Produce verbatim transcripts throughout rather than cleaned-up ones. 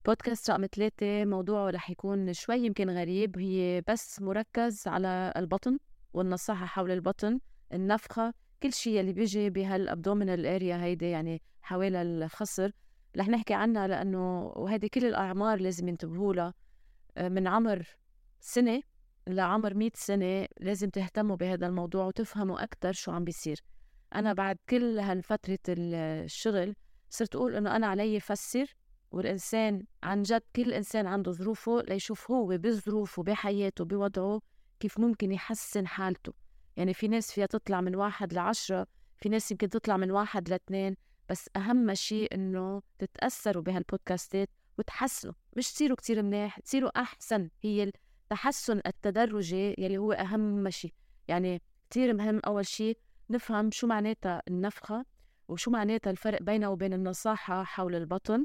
بودكاست رقم ثلاثة موضوعه رح يكون شوي يمكن غريب، هي بس مركز على البطن والنصاحة حول البطن، النفخة، كل شيء اللي بيجي بهالابدومينال اريا هيدي، يعني حوالي الخصر رح نحكي عنها، لأنه وهيدي كل الأعمار لازم ينتبهوا لها. آه، من عمر سنة لعمر مئة سنة لازم تهتموا بهذا الموضوع وتفهموا أكتر شو عم بيصير. أنا بعد كل هالفترة الشغل صرت أقول إنه أنا علي فسر، والإنسان عن جد كل إنسان عنده ظروفه ليشوف هو بظروفه بحياته بوضعه كيف ممكن يحسن حالته. يعني في ناس فيها تطلع من واحد لعشرة، في ناس يمكن تطلع من واحد لاثنين، بس أهم شيء إنه تتأثروا بهالبودكاستات وتحسنوا، مش تصيروا كتير منيح، تصيروا أحسن. هي التحسن التدرجي يلي هو أهم شيء. يعني كتير مهم أول شيء نفهم شو معناتها النفخة، وشو معناتها الفرق بينها وبين النصاحة حول البطن،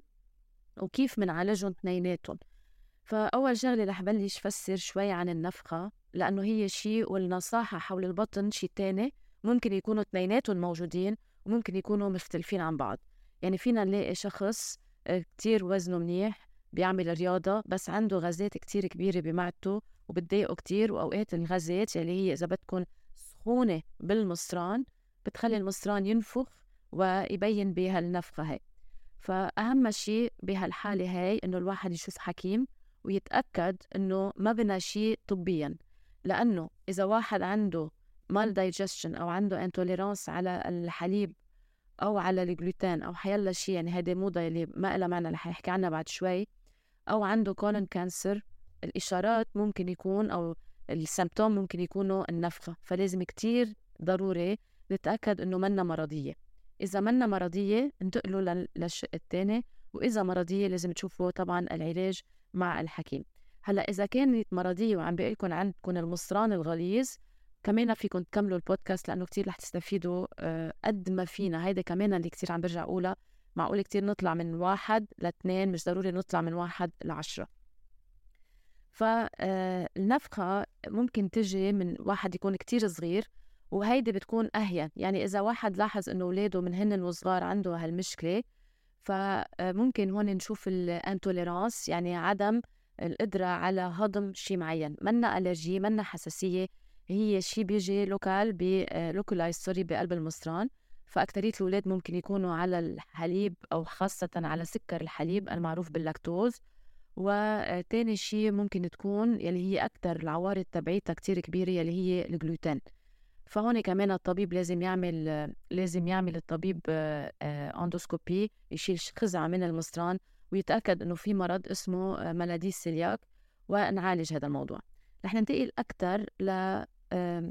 وكيف منعالجهم اثنيناتهم. فأول شغلة رح بلش فسر شوي عن النفخة، لأنه هي شيء والنصاحة حول البطن شيء تاني. ممكن يكونوا اثنيناتهم موجودين وممكن يكونوا مختلفين عن بعض. يعني فينا نلاقي شخص آه، كتير وزنه منيح، بيعمل رياضة، بس عنده غازات كتير كبيرة بمعدته وبتضايقه كتير، وأوقات الغازات اللي هي إذا بدكن سخونة بالمصران بتخلي المصران ينفخ ويبين بها النفخة هاي. فأهم شيء بهالحالة هاي إنه الواحد يشوف حكيم ويتأكد إنه ما بنا شيء طبيا، لأنه إذا واحد عنده مال دايجستشن أو عنده انتوليرانس على الحليب أو على الجلوتين أو حيلا شيء، يعني هيدي موضة اللي ما إلها معنى اللي حيحكي عنها بعد شوي، أو عنده كولون كانسر، الإشارات ممكن يكون أو السيمبتوم ممكن يكونوا النفخة. فلازم كتير ضروري نتأكد إنه منا مرضية. إذا منا مرضية انتقلوا لل- للشق التاني، وإذا مرضية لازم تشوفوا طبعا العلاج مع الحكيم. هلأ إذا كانت مرضية وعم بيقلكن عندكم المصران الغليظ، كمان فيكم تكملوا البودكاست لأنه كتير رح تستفيدوا آه، قد ما فينا. هيدا كمان اللي كتير عم برجع أقولها، معقول كتير نطلع من واحد لاثنين، مش ضروري نطلع من واحد لعشرة. فالنفخة ممكن تجي من واحد يكون كتير صغير، وهيدي بتكون أهين. يعني إذا واحد لاحظ إنه أولاده من هن وصغار عنده هالمشكلة، فممكن هون نشوف الانتوليرانس، يعني عدم القدرة على هضم شيء معين. منا ألرجي، منا حساسية، هي شيء بيجي لوكال بلوكولايز سوري بقلب المصران. فأكترية الأولاد ممكن يكونوا على الحليب أو خاصة على سكر الحليب المعروف باللاكتوز. وتاني شيء ممكن تكون يلي هي أكتر العوارض تبعيتها كتير كبيرة يلي هي الجلوتين. فهون كمان الطبيب لازم يعمل لازم يعمل الطبيب آه، آه، اندوسكوبي، يشيل خزعة من المصران ويتأكد إنه في مرض اسمه آه، ملادي السيلياك، ونعالج هذا الموضوع. رح ننتقل أكتر ل آم،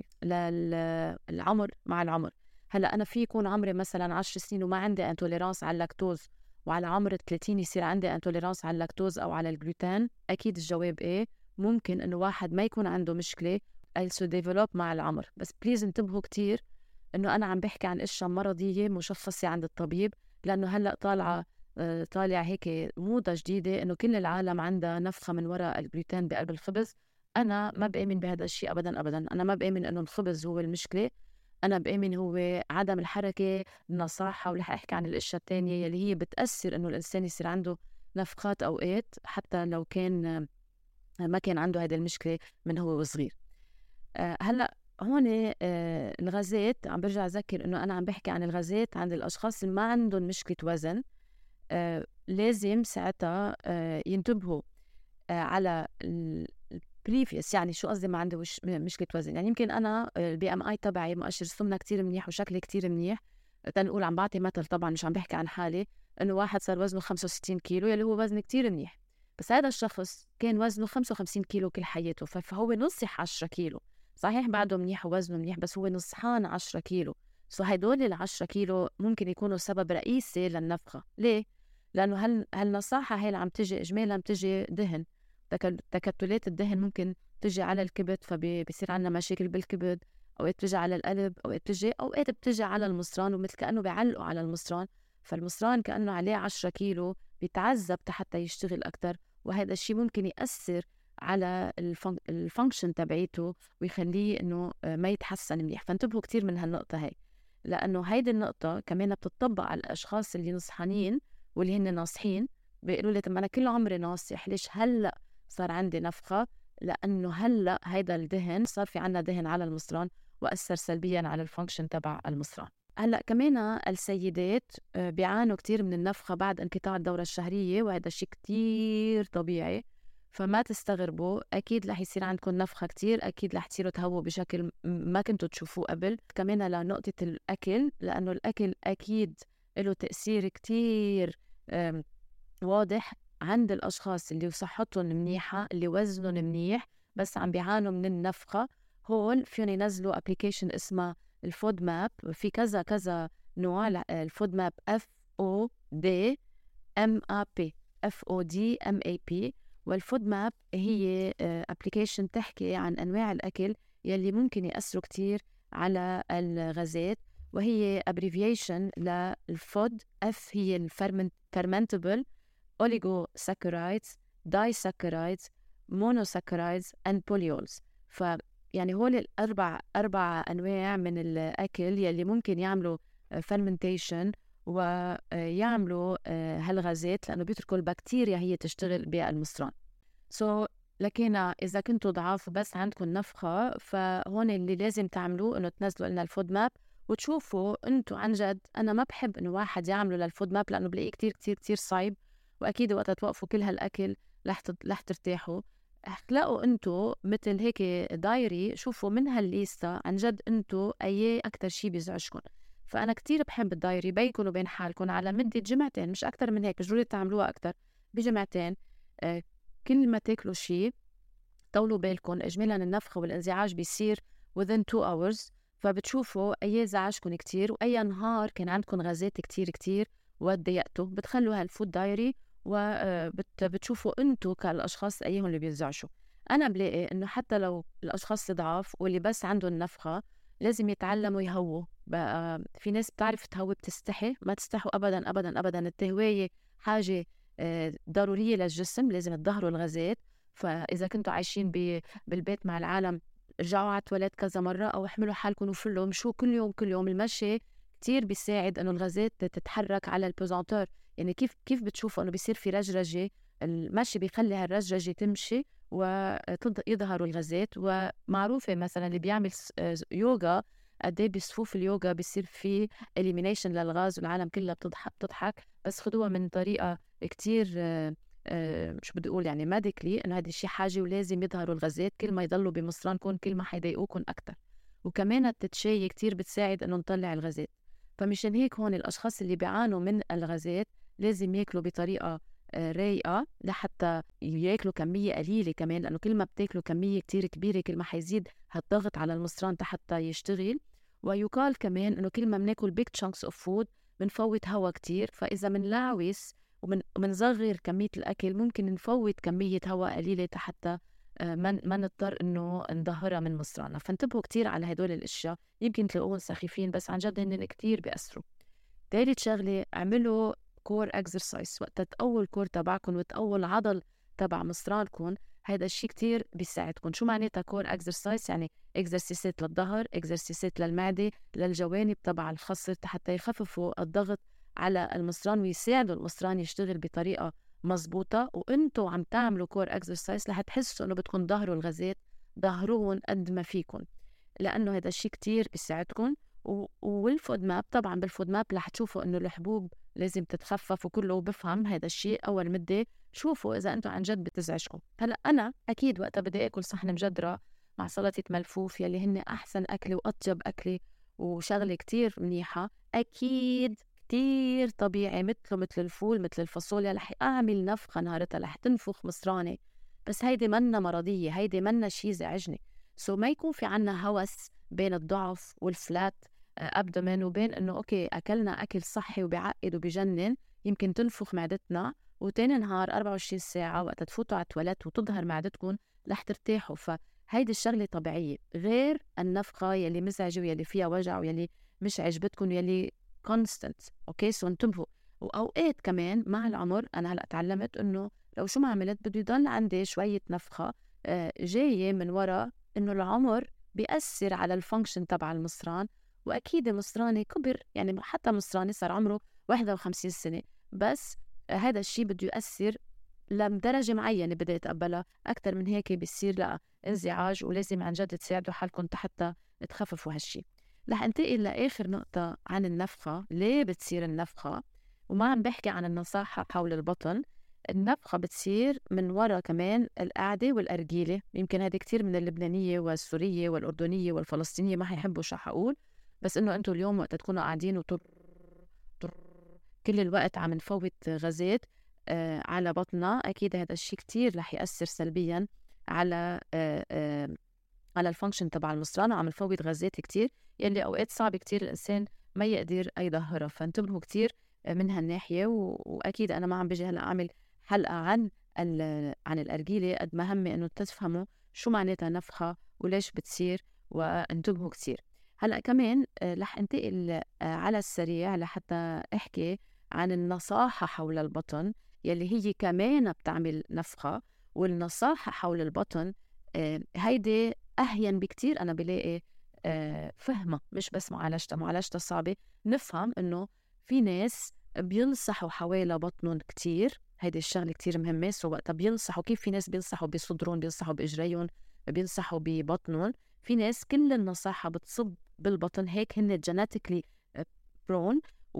للعمر. مع العمر، هلا أنا في يكون عمري مثلا عشر سنين وما عندي انتوليرانس على اللاكتوز، وعلى عمر ثلاثين يصير عندي انتوليرانس على اللاكتوز أو على الجلوتين؟ أكيد الجواب إيه. ممكن إنه واحد ما يكون عنده مشكلة also develop مع العمر، بس بليز انتبهوا كتير انه انا عم بحكي عن اشياء مرضيه مشخصه عند الطبيب، لانه هلا طالعه آه، طالع هيك موضه جديده انه كل العالم عندها نفخه من وراء الجلوتين بقلب الخبز. انا ما بامن بهذا الشيء ابدا ابدا. انا ما بامن انه الخبز هو المشكله، انا بامن هو عدم الحركه، النصاحه. ورح احكي عن الاشياء الثانيه اللي هي بتاثر انه الانسان يصير عنده نفخات اوقات حتى لو كان آه، ما كان عنده هذه المشكله من هو وصغير. آه، هلا هون آه، الغازات، عم برجع أذكر إنه أنا عم بحكي عن الغازات عند الأشخاص اللي ما عندهم مشكلة وزن. آه، لازم ساعتها آه، ينتبهوا آه، على البريفيوس. يعني شو قصدي ما عندي وش مشكلة وزن؟ يعني يمكن أنا البي ام اي تبعي مؤشر السمنة كتير منيح وشكلي كتير منيح. تنقول عم بعطي مثل، طبعا مش عم بحكي عن حالي، إنه واحد صار وزنه خمسة وستين كيلو يلي هو وزن كتير منيح، بس هذا الشخص كان وزنه خمسة وخمسين كيلو كل حياته، فهو نصح عشرة كيلو. صحيح بعده منيح ووزنه منيح، بس هو نصحان عشرة كيلو. سو هيدول العشرة كيلو ممكن يكونوا سبب رئيسي للنفخة. ليه؟ لأنه هال هالنصاحة هي اللي عم تجي إجمالا بتجي دهن، تكل- تكتلات الدهن ممكن تجي على الكبد، فبيصير عنا مشاكل بالكبد. أوقات بتجي على القلب، أوقات بتجي أوقات بتجي على المصران، ومثل كأنه بيعلقوا على المصران. فالمصران كأنه عليه عشرة كيلو بيتعذب حتى يشتغل أكتر، وهذا الشيء ممكن يأثر على الفانكشن تبعيته ويخليه إنه آه، ما يتحسن منيح. فانتبهوا كتير من هالنقطة هاي، لأنه هيدي النقطة كمان بتطبق على الأشخاص اللي نصحانين واللي هن ناصحين، بيقولوا لي طب ما انا كل عمري ناصح، ليش هلا صار عندي نفخه؟ لانه هلا هيدا الدهن صار في عنا دهن على المصران واثر سلبيا على الفانكشن تبع المصران. هلا كمان السيدات آه، بيعانوا كتير من النفخه بعد انقطاع الدوره الشهريه، وهذا شيء كتير طبيعي، فما تستغربوا. اكيد رح يصير عندكم نفخه كتير، اكيد رح تصيروا تهووا بشكل م- ما كنتوا تشوفوه قبل. كمان لنقطه الاكل، لانه الاكل اكيد له تاثير كتير آم، واضح عند الاشخاص اللي صحتهم منيحه، اللي وزنهم منيح بس عم بيعانوا من النفخه. هون فيهم ينزلوا ابلكيشن اسمها الفود ماب، في كذا كذا نوع. ل- الفود ماب اف او دي ام ا بي، اف او دي ام اي بي. والفود ماب هي ابلكيشن تحكي عن انواع الاكل يلي ممكن ياثروا كتير على الغازات، وهي abbreviation للفود. اف هي الفرمنتبل oligosaccharides, disaccharides, monosaccharides and polyols. ف يعني هول الأربع أربع أنواع من الأكل يلي ممكن يعملوا fermentation ويعملوا هالغازات، لأنه بيتركوا البكتيريا هي تشتغل بالمصران. سو so, لكن إذا كنتوا ضعاف بس عندكم نفخة، فهون اللي لازم تعملوه إنه تنزلوا لنا الفود ماب وتشوفوا أنتوا عن جد. أنا ما بحب إنه واحد يعمله للفود ماب لأنه بلاقيه كتير كتير كتير صعب، وأكيد وقت توقفوا كل هالأكل رح رح ترتاحوا. اخلقوا أنتوا مثل هيك دايري، شوفوا من هالليستا عن جد أنتوا أي أكتر شي بيزعجكم. فأنا كتير بحب الدايري بينكم وبين حالكم على مدة جمعتين، مش أكتر من هيك، جروري تعملوها أكتر بجمعتين. آه كل ما تاكلوا شيء طولوا بالكم. اجمالا النفخه والانزعاج بيصير within two hours، فبتشوفوا اي زعجكم كتير واي نهار كان عندكم غازات كتير كتير وتضايقتوا، بتخلوا هالفود دايري وبتشوفوا انتوا كالاشخاص ايهم اللي بينزعجوا. انا بلاقي انه حتى لو الاشخاص الضعاف واللي بس عندهم نفخه لازم يتعلموا يهووا. بقى في ناس بتعرف تهوي بتستحي، ما تستحوا ابدا ابدا ابدا. التهويه حاجه آه، ضروريه للجسم، لازم تظهروا الغازات. فإذا كنتوا عايشين بالبيت مع العالم، رجعوا على التواليت كذا مرة أو احملوا حالكم وفلوا، مشوا كل يوم كل يوم. المشي كتير بيساعد إنه الغازات تتحرك على البوزانتور. يعني كيف كيف بتشوفوا إنه بيصير في رجرجة، المشي بيخلي هالرجرجة تمشي ويظهروا الغازات. ومعروفة مثلا اللي بيعمل يوغا قد ايه بصفوف اليوغا بيصير في elimination للغاز، والعالم كلها بتضحك بتضحك بس خدوها من طريقة كتير آه، شو بدي اقول يعني ميديكلي، انه هذا الشيء حاجه ولازم يظهروا الغازات. كل ما يضلوا بمصرانكم كل ما حيضايقوكم اكثر. وكمان التتشاي كتير بتساعد انه نطلع الغازات. فمشان هيك هون الاشخاص اللي بيعانوا من الغازات لازم ياكلوا بطريقه آه، رايقه، لحتى ياكلوا كميه قليله كمان، لانه كل ما بتاكلوا كميه كتير كبيره كل ما حيزيد هالضغط على المصران حتى يشتغل. ويقال كمان انه كل ما بناكل بيج تشانكس اوف فود بنفوت هوا كتير، فاذا منلاعوس ومن ومنصغر كمية الأكل ممكن نفوت كمية هواء قليلة حتى ما ما نضطر إنه نظهرها من مصرنا. فانتبهوا كتير على هدول الأشياء، يمكن تلاقوهم سخيفين بس عن جد هن كتير بيأثروا. تالت شغلة، اعملوا كور اكسرسايز وقت تقووا الكور تبعكم وتقووا العضل تبع مصرانكم. هيدا الشيء كتير بيساعدكم. شو معناتها كور اكسرسايز؟ يعني اكسرسيسات للظهر، اكسرسيسات للمعدة، للجوانب تبع الخصر حتى يخففوا الضغط على المصران ويساعدوا المصران يشتغل بطريقة مزبوطة. وانتوا عم تعملوا كور اكسرسايز رح تحسوا انه بدكم ظهروا الغازات، ظهروهم قد ما فيكم، لانه هذا الشيء كتير بيساعدكم. والفود ماب طبعا، بالفود ماب رح تشوفوا انه الحبوب لازم تتخفف، وكله بفهم هذا الشيء اول مده. شوفوا اذا انتم عن جد بتزعجكم. هلا انا اكيد وقتها بدي اكل صحن مجدره مع سلطه ملفوف يلي هن احسن اكله واطيب اكله وشغله كتير منيحه، اكيد كتير طبيعي مثله مثل الفول مثل الفاصوليا رح اعمل نفخه نهارتها، رح تنفخ مصراني. بس هيدي منا مرضيه، هيدي منا شيء زعجني. سو ما يكون في عنا هوس بين الضعف والفلات ابدومين وبين انه اوكي اكلنا اكل صحي وبيعقد وبيجنن يمكن تنفخ معدتنا، وتاني نهار أربعة وعشرين ساعه وقت تفوتوا على التواليت وتظهر معدتكم رح ترتاحوا. فهيدي الشغله طبيعيه، غير النفخه يلي مزعجه ويلي فيها وجع ويلي مش عجبتكم ويلي كونستنت. اوكي سو انتبهوا. واوقات كمان مع العمر انا هلا تعلمت انه لو شو ما عملت بده يضل عندي شويه نفخه آه جايه من وراء انه العمر بيأثر على الفانكشن تبع المصران. واكيد مصراني كبر، يعني حتى مصراني صار عمره واحد وخمسين سنه بس هذا الشيء بده يؤثر لدرجة معينة بدي أتقبلها، أكتر من هيك بيصير لا انزعاج، ولازم عن جد تساعدوا حالكم حتى تخففوا هالشي. رح انتقل لآخر نقطة عن النفخة. ليه بتصير النفخة؟ وما عم بحكي عن النصاحة حول البطن. النفخة بتصير من وراء كمان القعدة والأرجيلة. يمكن هذه كتير من اللبنانية والسورية والأردنية والفلسطينية ما حيحبوا شو حقول، بس إنه أنتوا اليوم وقت تكونوا قاعدين وطر طر كل الوقت عم نفوت غازات آه على بطننا، أكيد هذا الشيء كتير رح يأثر سلبيا على آه آه على الفانكشن تبع المصران، وعم نفوت غازات كتير يلي أوقات صعب كتير الإنسان ما يقدر يظهرها. فانتبهوا كتير من هالناحية. و... وأكيد أنا ما عم بيجي هلأ أعمل حلقة عن ال... عن الأرجيلة، قد مهمة إنه تفهموا شو معناتها نفخة وليش بتصير، وانتبهوا كتير. هلأ كمان رح انتقل على السريع لحتى أحكي عن النصاحة حول البطن يلي هي كمان بتعمل نفخة. والنصاحة حول البطن هيدي أهين بكتير، أنا بلاقي فهمة مش بس معالجتها. معالجتها صعبة. نفهم إنه في ناس بينصحوا حوالي بطنهم كتير، هيدي الشغلة كتير مهمة. سو وقتها بينصحوا، كيف في ناس بينصحوا بصدرهم، بينصحوا بإجريهم، بينصحوا ببطنهم. في ناس كل النصاحة بتصب بالبطن، هيك هن genetically prone.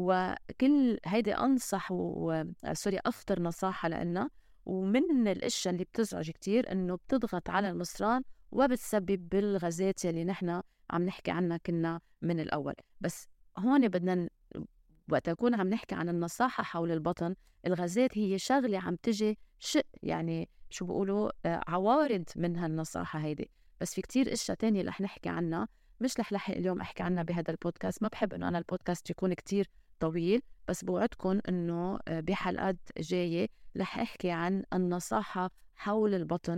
وكل هيدي أنصح و سوري أخطر نصاحة لنا. ومن الأشياء اللي بتزعج كتير إنه بتضغط على المصران وبتسبب بالغازات اللي نحن عم نحكي عنها كنا من الأول. بس هون بدنا وقت يكون عم نحكي عن النصاحة حول البطن، الغازات هي شغلة عم تجي شق، يعني شو بيقولوا عوارض من هالنصاحة هيدي. بس في كتير اشياء تانية رح نحكي عنها، مش رح لحق اليوم احكي عنها بهذا البودكاست. ما بحب انه انا البودكاست يكون كتير طويل، بس بوعدكم انه بحلقات جاية رح احكي عن النصاحة حول البطن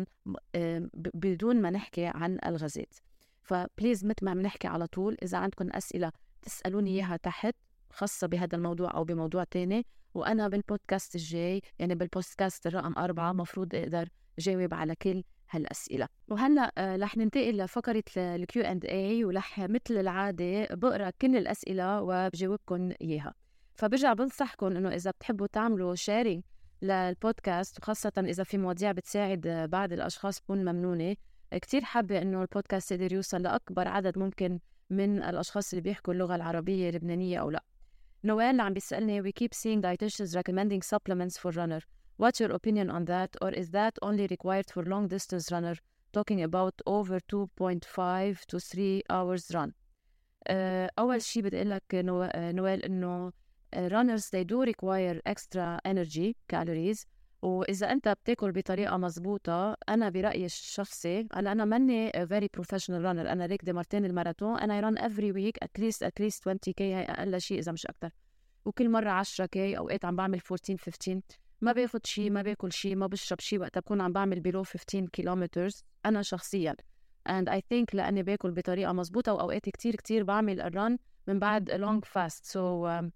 بدون ما نحكي عن الغازات. فبليز مثل ما عم نحكي على طول، اذا عندكم اسئلة تسألوني اياها تحت خاصة بهذا الموضوع أو بموضوع تاني، وأنا بالبودكاست الجاي يعني بالبودكاست الرقم أربعة مفروض أقدر جاوب على كل هالأسئلة. وهلأ رح ننتقل لفقرة الكيو اند اي، ورح مثل العادة بقرأ كل الأسئلة وبجاوبكم إياها. فبرجع بنصحكم إنه إذا بتحبوا تعملوا شيرينج للبودكاست، وخاصة إذا في مواضيع بتساعد بعض الأشخاص، بكون ممنونة كتير. حابة إنه البودكاست يقدر يوصل لأكبر عدد ممكن من الأشخاص اللي بيحكوا اللغة العربية اللبنانية أو لا. نوال عم بيسألني we keep seeing dietitians recommending supplements for runner. What's your opinion on that? Or is that only required for long distance runner talking about over two point five to three hours run? uh, أول شيء بدي أقول لك نوال إنه runners they do require extra energy calories. وإذا أنت بتاكل بطريقة مزبوطة، أنا برأيي الشخصي، أنا أنا ماني very professional runner، أنا راكدة مرتين الماراثون، أنا run every week at least at least twenty K، هي أقل شيء إذا مش أكتر، وكل مرة عشرة كي، أوقات عم بعمل fourteen fifteen. ما باخد شيء، ما باكل شيء، ما بشرب شيء وقت بكون عم بعمل below fifteen kilometers أنا شخصياً. and I think لأني باكل بطريقة مزبوطة، وأوقات كتير كتير بعمل الرن من بعد a long fast. so um,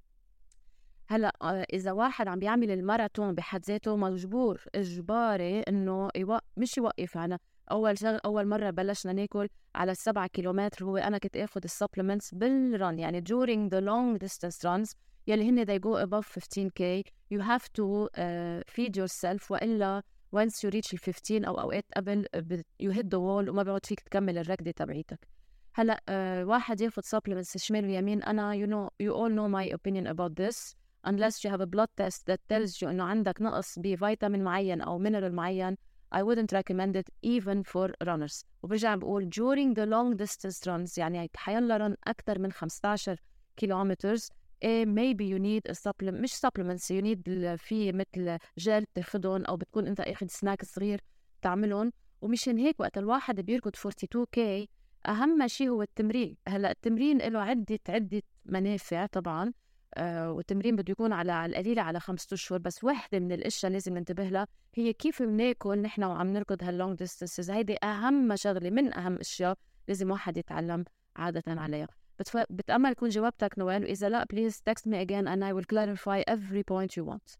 هلا اذا واحد عم بيعمل الماراثون بحد ذاته مجبور اجباري انه يوق... مش يوقف. انا اول شغل اول مره بلشنا ناكل على السبعة كيلومتر، هو انا كنت اخذ السبلمنتس بالرن، يعني during the long distance runs يلي هن they go above fifteen K you have to uh, feed yourself، والا once you reach ال fifteen او اوقات قبل you hit the wall وما بيعود فيك تكمل الركضه تبعيتك. هلا uh, واحد ياخذ supplements شمال ويمين، انا you know you all know my opinion about this. unless you have a blood test that tells you إنه عندك نقص بفيتامين معين أو mineral معين، I wouldn't recommend it even for runners. وبرجع بقول during the long distance runs، يعني حيلا رن أكتر من خمستاشر كيلومترز، eh, maybe you need a supplement، مش supplements، you need في مثل جل تاخدهم، أو بتكون أنت أخذ سناك صغير تعملهم. ومشان هيك وقت الواحد بيركض forty-two K أهم شيء هو التمرين. هلأ التمرين له عدة عدة منافع طبعاً، آه والتمرين بده يكون على على القليلة على خمسة أشهر. بس واحدة من الأشياء لازم ننتبه لها هي كيف بناكل نحن وعم نركض هاللونج ديستنسز. هيدي أهم شغلة من أهم أشياء لازم واحد يتعلم عادة عليها. بتف... بتأمل كون جوابتك نوال، وإذا لا please text me again and I will clarify every point you want.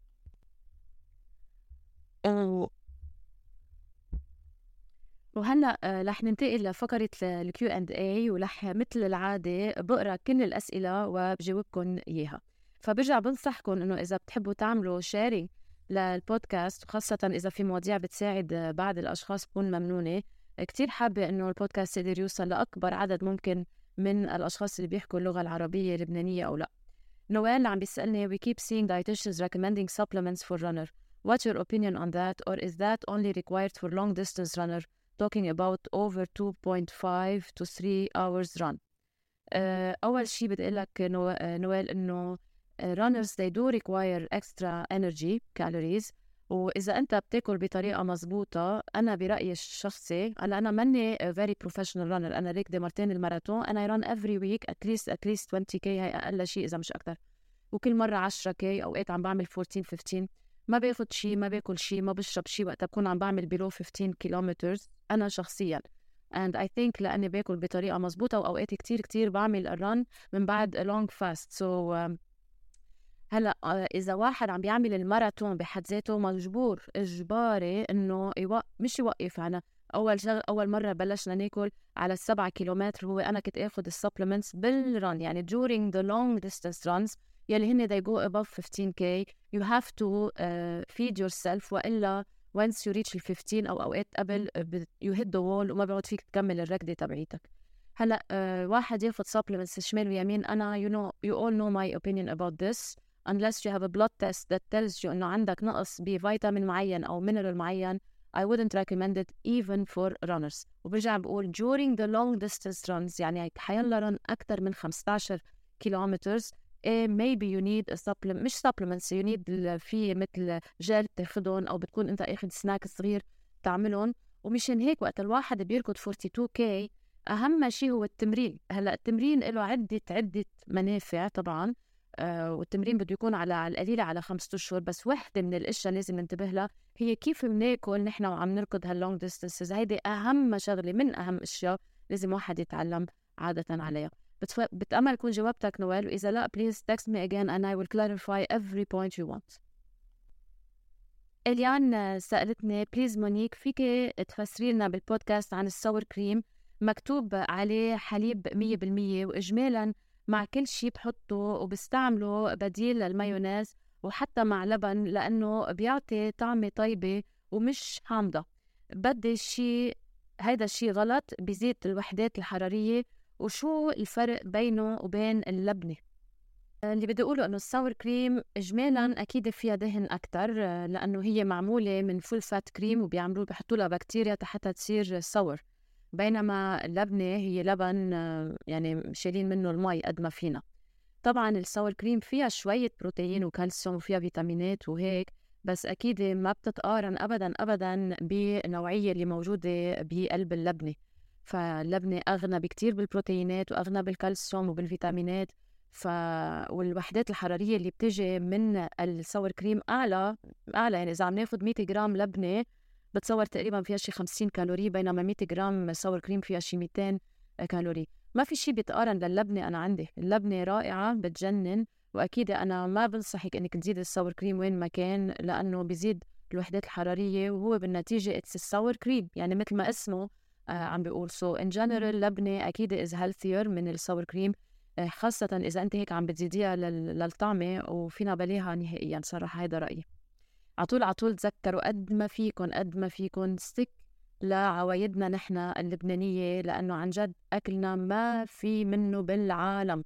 وهلا رح ننتقل لفقرة الكيو اند اي، ورح مثل العادة بقرا كل الأسئلة وبجاوبكم إياها. فبرجع بنصحكم إنه إذا بتحبوا تعملوا شيرينج للبودكاست، وخاصة إذا في مواضيع بتساعد بعض الأشخاص بكون ممنونة. كتير حابة إنه البودكاست يقدر يوصل لأكبر عدد ممكن من الأشخاص اللي بيحكوا اللغة العربية اللبنانية أو لا. نوال عم بيسألني we keep seeing dietitians recommending supplements for runner. What's your opinion on that, or is that only required for long distance runner talking about over two point five to three hours run? uh, أول شيء بدي أقول لك نو... نوال إنه runners they do require extra energy calories. وإذا أنت بتاكل بطريقة مزبوطة، أنا برأيي الشخصي، هلا أنا ماني very professional runner، أنا ركضي مرتين الماراثون، أنا I run every week at least at least twenty K، هاي أقل شيء إذا مش أكتر، وكل مرة عشرة كي، أوقات عم بعمل fourteen fifteen. ما باخد شيء، ما باكل شيء، ما بشرب شيء وقت بكون عم بعمل below fifteen kilometers أنا شخصياً. and I think لأني باكل بطريقة مزبوطة، وأوقات كتير كتير بعمل الرن من بعد a long fast. so um, هلا إذا واحد عم بيعمل الماراثون بحد ذاته مجبور إجباري إنه يوقف، مش يوقف. أنا أول شغل أول مرة بلشنا ناكل على السبعة كيلومتر، هو أنا كنت آخد السبلمنتس بالرن، يعني during the long distance runs يلي هن they go above fifteen K you have to uh, feed yourself، وإلا once you reach ال fifteen أو أوقات قبل you hit the wall وما بيعود فيك تكمل الركضة تبعيتك. هلا uh, واحد ياخد supplements شمال ويمين، أنا you know you all know my opinion about this. unless you have a blood test that tells you إنه عندك نقص بفيتامين معين أو mineral معين، I wouldn't recommend it even for runners. وبرجع بقول during the long distance runs، يعني حيلا run أكتر من خمستاشر كيلومترز، eh, maybe you need a supplement، مش supplements، you need في مثل جل تاخدهم، أو بتكون أنت أخذ سناك صغير تعملهم. ومشان هيك وقت الواحد بيركض forty-two K أهم شيء هو التمرين. هلأ التمرين له عدة عدة منافع طبعاً، آه والتمرين بده يكون على على القليلة على خمسة أشهر. بس واحدة من الأشياء لازم ننتبه لها هي كيف بناكل نحن وعم نركض هاللونج ديستنسز. هيدي أهم شغلة من أهم أشياء لازم واحد يتعلم عادة عليها. بتف... بتأمل كون جوابتك نوال، وإذا لا please text me again and I will clarify every point you want. إليان سألتني بليز مونيك فيك تفسري لنا بالبودكاست عن الساور كريم، مكتوب عليه حليب مية بالمية وإجمالاً مع كل شيء بحطه وبستعمله بديل للمايونيز وحتى مع لبن، لأنه بيعطي طعمة طيبة ومش حامضة. بدي شيء هيدا الشيء غلط، بيزيد الوحدات الحرارية، وشو الفرق بينه وبين اللبنة؟ اللي بدي أقوله إنه الساور كريم إجمالاً أكيد فيها دهن أكتر، لأنه هي معمولة من فول فات كريم وبيعملوا بيحطوا لها بكتيريا حتى تصير ساور، بينما اللبنة هي لبن يعني شايلين منه المي قد ما فينا. طبعاً الساور كريم فيها شوية بروتين وكالسيوم وفيها فيتامينات وهيك، بس أكيد ما بتتقارن أبداً أبداً بالنوعية اللي موجودة بقلب اللبنة. فاللبنة أغنى بكتير بالبروتينات وأغنى بالكالسيوم وبالفيتامينات، ف والوحدات الحرارية اللي بتجي من الساور كريم أعلى أعلى يعني إذا عم ناخد مية جرام لبنة بتصور تقريبا فيها شي خمسين كالوري، بينما مية جرام ساور كريم فيها شي ميتين كالوري. ما في شي بيتقارن للبنة. أنا عندي اللبنة رائعة بتجنن، وأكيد أنا ما بنصحك إنك تزيد الساور كريم وين ما كان، لأنه بيزيد الوحدات الحرارية وهو بالنتيجة it's الساور كريم، يعني مثل ما اسمه آه عم بيقول. so in general اللبنة أكيد is healthier من الساور كريم، خاصة إذا أنت هيك عم بتزيديها للطعمة وفينا بلاها نهائياً. صراحة هيدا رأيي. عطول عطول تذكروا قد ما فيكن قد ما فيكن ستيك لعوايدنا نحن اللبنانية، لأنه عن جد أكلنا ما في منه بالعالم.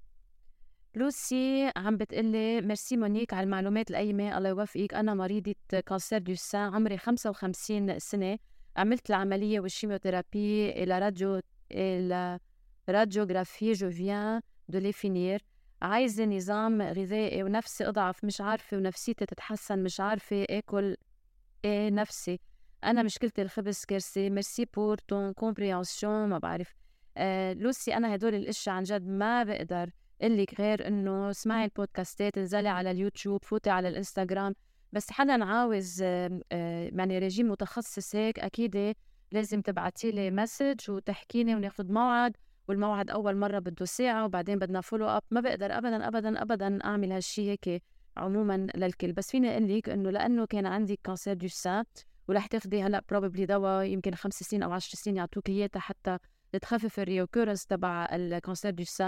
لوسي عم بتقلي ميرسي مونيك على المعلومات القيمة، الله يوفقك. أنا مريضة كانسير دو سان، عمري خمسة وخمسين سنة، عملت العملية والشيميوثيرابي إلى راديو إلى راديوغرافي جو فيان دو لي فينير. عايزة نظام غذائي ونفسي أضعف، مش عارفة، ونفسيتي تتحسن، مش عارفة أكل إيه نفسي. أنا مشكلتي الخبز كرسي. ميرسي بور تون كومبريانسيون. ما بعرف آه لوسي، أنا هدول الأشياء عن جد ما بقدر قلك غير إنه اسمعي البودكاستات، انزلي على اليوتيوب، فوتي على الإنستغرام. بس حدا عاوز آه آه يعني ريجيم متخصص هيك أكيد لازم تبعتيلي مسج وتحكيني وناخد موعد، والموعد أول مرة بده ساعة وبعدين بدنا فولو أب. ما بقدر أبداً أبداً أبداً أعمل هالشي هيك عموماً للكل. بس فيني أقلك إنه لأنه كان عندي كانسير دو سان ورح تاخدي هلأ probably دواء يمكن خمس سنين أو عشر سنين يعطوك إياه حتى تخفف الريوكورنس تبع الكانسير دو سان.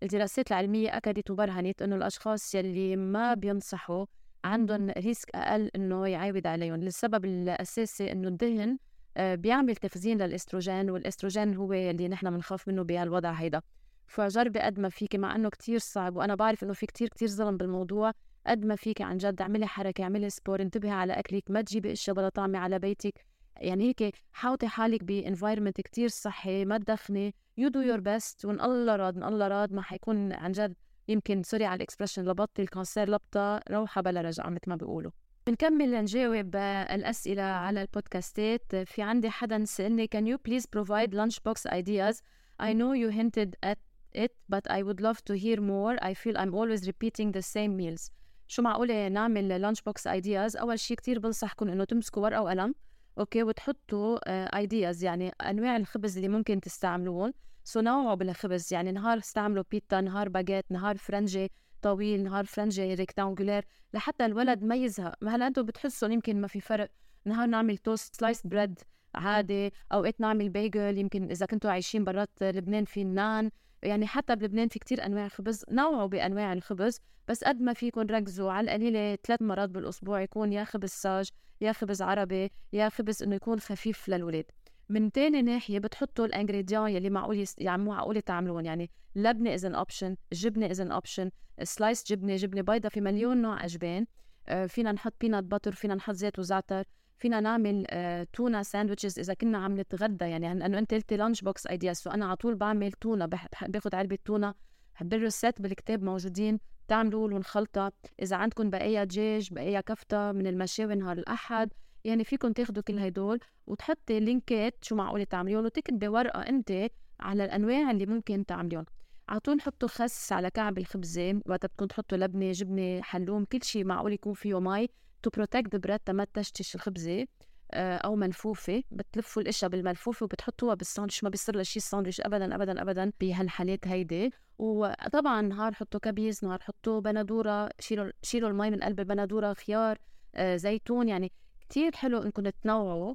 الدراسات العلمية أكدت وبرهنت إنه الأشخاص يلي ما بينصحوا عندهم ريسك أقل إنه يعاود عليهم. للسبب الأساسي إنه الدهن آه، بيعمل تخزين للإستروجين، والإستروجين هو اللي نحن بنخاف منه بهالوضع هيدا. فجربي قد ما فيكي، مع إنه كتير صعب وأنا بعرف إنه في كتير كتير ظلم بالموضوع، قد ما فيكي عن جد اعملي حركة، اعملي سبور، انتبهي على أكلك، ما تجيبي أشياء بلا طعمة على بيتك. يعني هيك حاوطي حالك بانفايرمنت كتير صحي، ما تدخني، يو دو يور بيست، وإن الله راد إن الله راد ما حيكون عن جد، يمكن سوري على الإكسبرشن، لبطل الكانسير لبطة روحة بلا رجعة مثل ما بيقولوا. بنكمل نجاوب الأسئلة على البودكاستات. في عندي حدا سألني can you please provide lunchbox ideas. I know you hinted at it but I would love to hear more. I feel I'm always repeating the same meals. شو معقولة نعمل lunchbox ideas؟ أول شي كتير بنصحكم إنه تمسكوا ورقة وقلم، أوكي، وتحطوا uh, ideas، يعني أنواع الخبز اللي ممكن تستعملون. سو نوعوا بالخبز، يعني نهار استعملوا بيتا، نهار باجيت، نهار فرنجي طويل، نهار فرنجي ريكتانجولير، لحتى الولد ما يزهق. ما هلا انتم بتحسوا يمكن ما في فرق، نهار نعمل توست سلايس بريد عادي، اوقات نعمل بيجل، يمكن اذا كنتوا عايشين برات لبنان في النان، يعني حتى بلبنان في كتير انواع خبز. نوعوا بانواع الخبز، بس قد ما فيكم ركزوا على القليله ثلاث مرات بالاسبوع يكون يا خبز ساج، يا خبز عربي، يا خبز انه يكون خفيف للولاد. من تاني ناحيه بتحطوا الانجريديان يلي معقول يس... يعني معقول تعملون، يعني لبنه از ان اوبشن، جبنه از ان اوبشن، سلايس جبنه، جبنه بيضه، في مليون نوع اجبان. آه فينا نحط بينات باتر، فينا نحط زيت وزعتر، فينا نعمل آه تونه ساندويتشز اذا كنا عم نتغدى. يعني لانه انت قلتي لانش بوكس ايدياز، سو انا على طول بعمل تونه، باخذ علبه تونه بالريسيت بالكتاب موجودين، تعملوا لهم خلطه. اذا عندكم بقايا دجاج، بقايا كفته من المشاوي نهار الاحد، يعني فيكم تاخذوا كل هدول وتحطي لينكات شو معقول تعمليهم، وتكتبي ورقه انت على الانواع اللي ممكن تعمليهم. على طول حطوا خس على كعب الخبزه، وقت بدكم تحطوا لبنه، جبنه، حلوم، كل شيء معقول يكون فيه مي تو بروتكت ذا بريد، تما تشتش الخبزه. آه او ملفوفه، بتلفوا الاشياء بالملفوفه وبتحطوها بالساندويش، ما بيصير لها شيء الساندويش ابدا ابدا ابدا بهالحالات هيدي. وطبعا نهار حطوا كبيز، نهار حطوا بندوره، شيلوا شيلوا المي من قلب البندوره، خيار، آه زيتون، يعني كتير حلو انكم تنوعوا.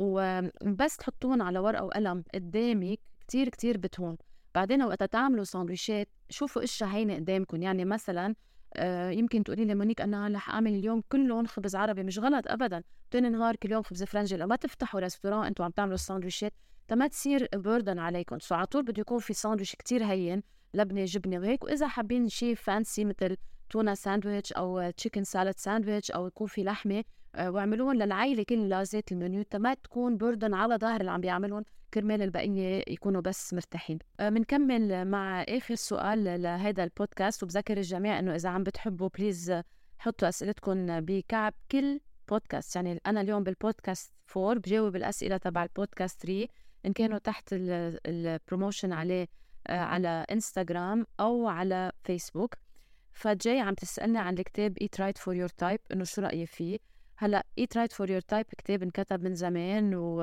وبس تحطون على ورقه وقلم قدامك كتير كتير بتهون. بعدين وقت تعملوا ساندويشات شوفوا اشياء هينه قدامكم، يعني مثلا آه يمكن تقولي لي مونيك انا رح اعمل اليوم كلهم خبز عربي، مش غلط ابدا، تاني نهار كل يوم خبز فرنجي. لما تفتحوا ريستوران انتوا عم تعملوا الساندويشات تما تصير بيردن عليكم، سو على طول بده يكون في ساندويش كتير هين، لبنه جبنه وهيك. واذا حابين شيء فانسي مثل تونه ساندويتش او تشيكن سالاد ساندويتش، او يكون في لحمه، آه واعملوهم للعائله كلها ذات المنيو، تما تكون بيردن على ظاهر اللي عم بيعملهم، كرمال البقية يكونوا بس مرتاحين. بنكمل مع آخر سؤال لهذا البودكاست، وبذكر الجميع إنه إذا عم بتحبوا بليز حطوا أسئلتكم بكعب كل بودكاست. يعني أنا اليوم بالبودكاست فور بجاوب الأسئلة تبع البودكاست ثري، إن كانوا تحت البروموشن عليه على إنستغرام أو على فيسبوك. فجاي عم تسألني عن الكتاب Eat Right for Your Type، إنه شو رأيي فيه. هلأ Eat Right for Your Type كتاب انكتب من زمان، و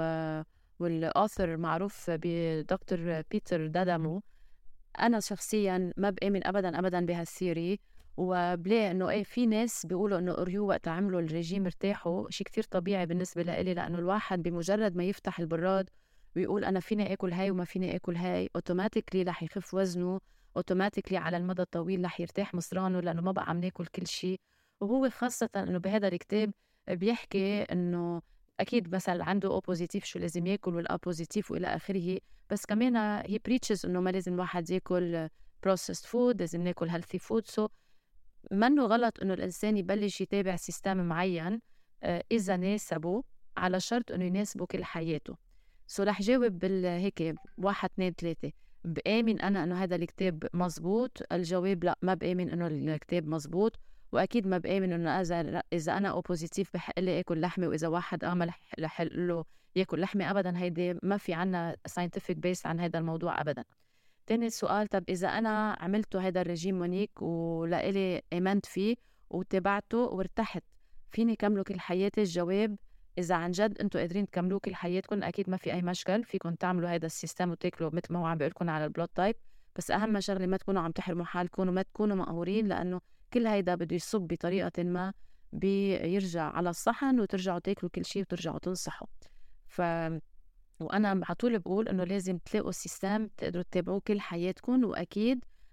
والآثر معروف بدكتور بيتر دادامو. أنا شخصياً ما بآمن أبداً أبداً بهالثيوري، وبلاقي إنه إيه في ناس بيقولوا إنه قريوا وقت عملوا الرجيم ارتاحوا، شيء كتير طبيعي بالنسبة لإلي، لأنه الواحد بمجرد ما يفتح البراد ويقول أنا فيني آكل هاي وما فيني آكل هاي، أوتوماتيكلي رح يخف وزنه، أوتوماتيكلي على المدى الطويل رح يرتاح مصرانه، لأنه ما بقى عم ناكل كل شيء. وهو خاصة إنه بهذا الكتاب بيحكي إنه أكيد مثلا عنده أو بوزيتيف شو لازم ياكل والأ بوزيتيف وإلى آخره، بس كمان هي بريتشز إنه ما لازم الواحد ياكل processed food، لازم ناكل healthy food. so منه غلط إنه الإنسان يبلش يتابع سيستم معين آه إذا ناسبه، على شرط إنه يناسبه كل حياته. سو رح جاوب بالهيك واحد اثنين ثلاثة. بآمن أنا إنه هذا الكتاب مزبوط؟ الجواب لا، ما بآمن إنه الكتاب مزبوط، وأكيد ما بآمن إنه إذا إذا أنا أو بوزيتيف بحق لي آكل لحمة، وإذا واحد أعمل رح له ياكل لحمة. أبدا، هيدي ما في عنا scientific base عن هذا الموضوع أبدا. تاني سؤال، طب إذا أنا عملته هذا الرجيم مونيك ولإلي آمنت فيه وتابعته وارتحت، فيني كملوا كل حياتي؟ الجواب إذا عن جد أنتوا قادرين تكملوا كل حياتكم أكيد ما في أي مشكل، فيكم تعملوا هذا السيستم وتاكلوا مثل ما هو عم بيقولكم على البلود تايب. بس أهم شغلة ما تكونوا عم تحرموا حالكم وما تكونوا مقهورين، لأنه كل هيدا بده يصب بطريقة ما بيرجع على الصحن، وترجعوا تاكلوا كل شيء وترجعوا تنصحوا. ف وأنا على طول بقول إنه لازم تلاقوا سيستم تقدروا تتابعوه كل حياتكم، وأكيد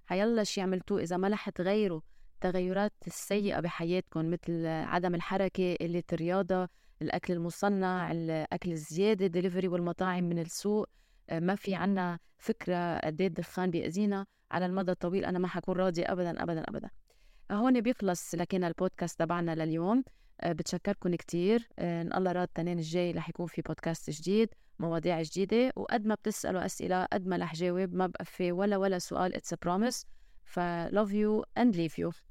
حيلا شي عملتوه إذا ما رح تغيروا التغيرات السيئة بحياتكم مثل عدم الحركة، قلة الرياضة، الأكل المصنع، الأكل الزيادة، دليفري والمطاعم من السوق، ما في عنا فكرة قد ايه الدخان بيأذينا على المدى الطويل، أنا ما حكون راضي أبدا أبدا أبدا. هون بيخلص لكن البودكاست تبعنا لليوم. بتشكركم كتير. إن الله راد التنين الجاي رح يكون في بودكاست جديد، مواضيع جديدة، وقد ما بتسألوا أسئلة قد ما رح جاوب، ما بقفي ولا ولا سؤال. It's a promise. ف love you and leave you.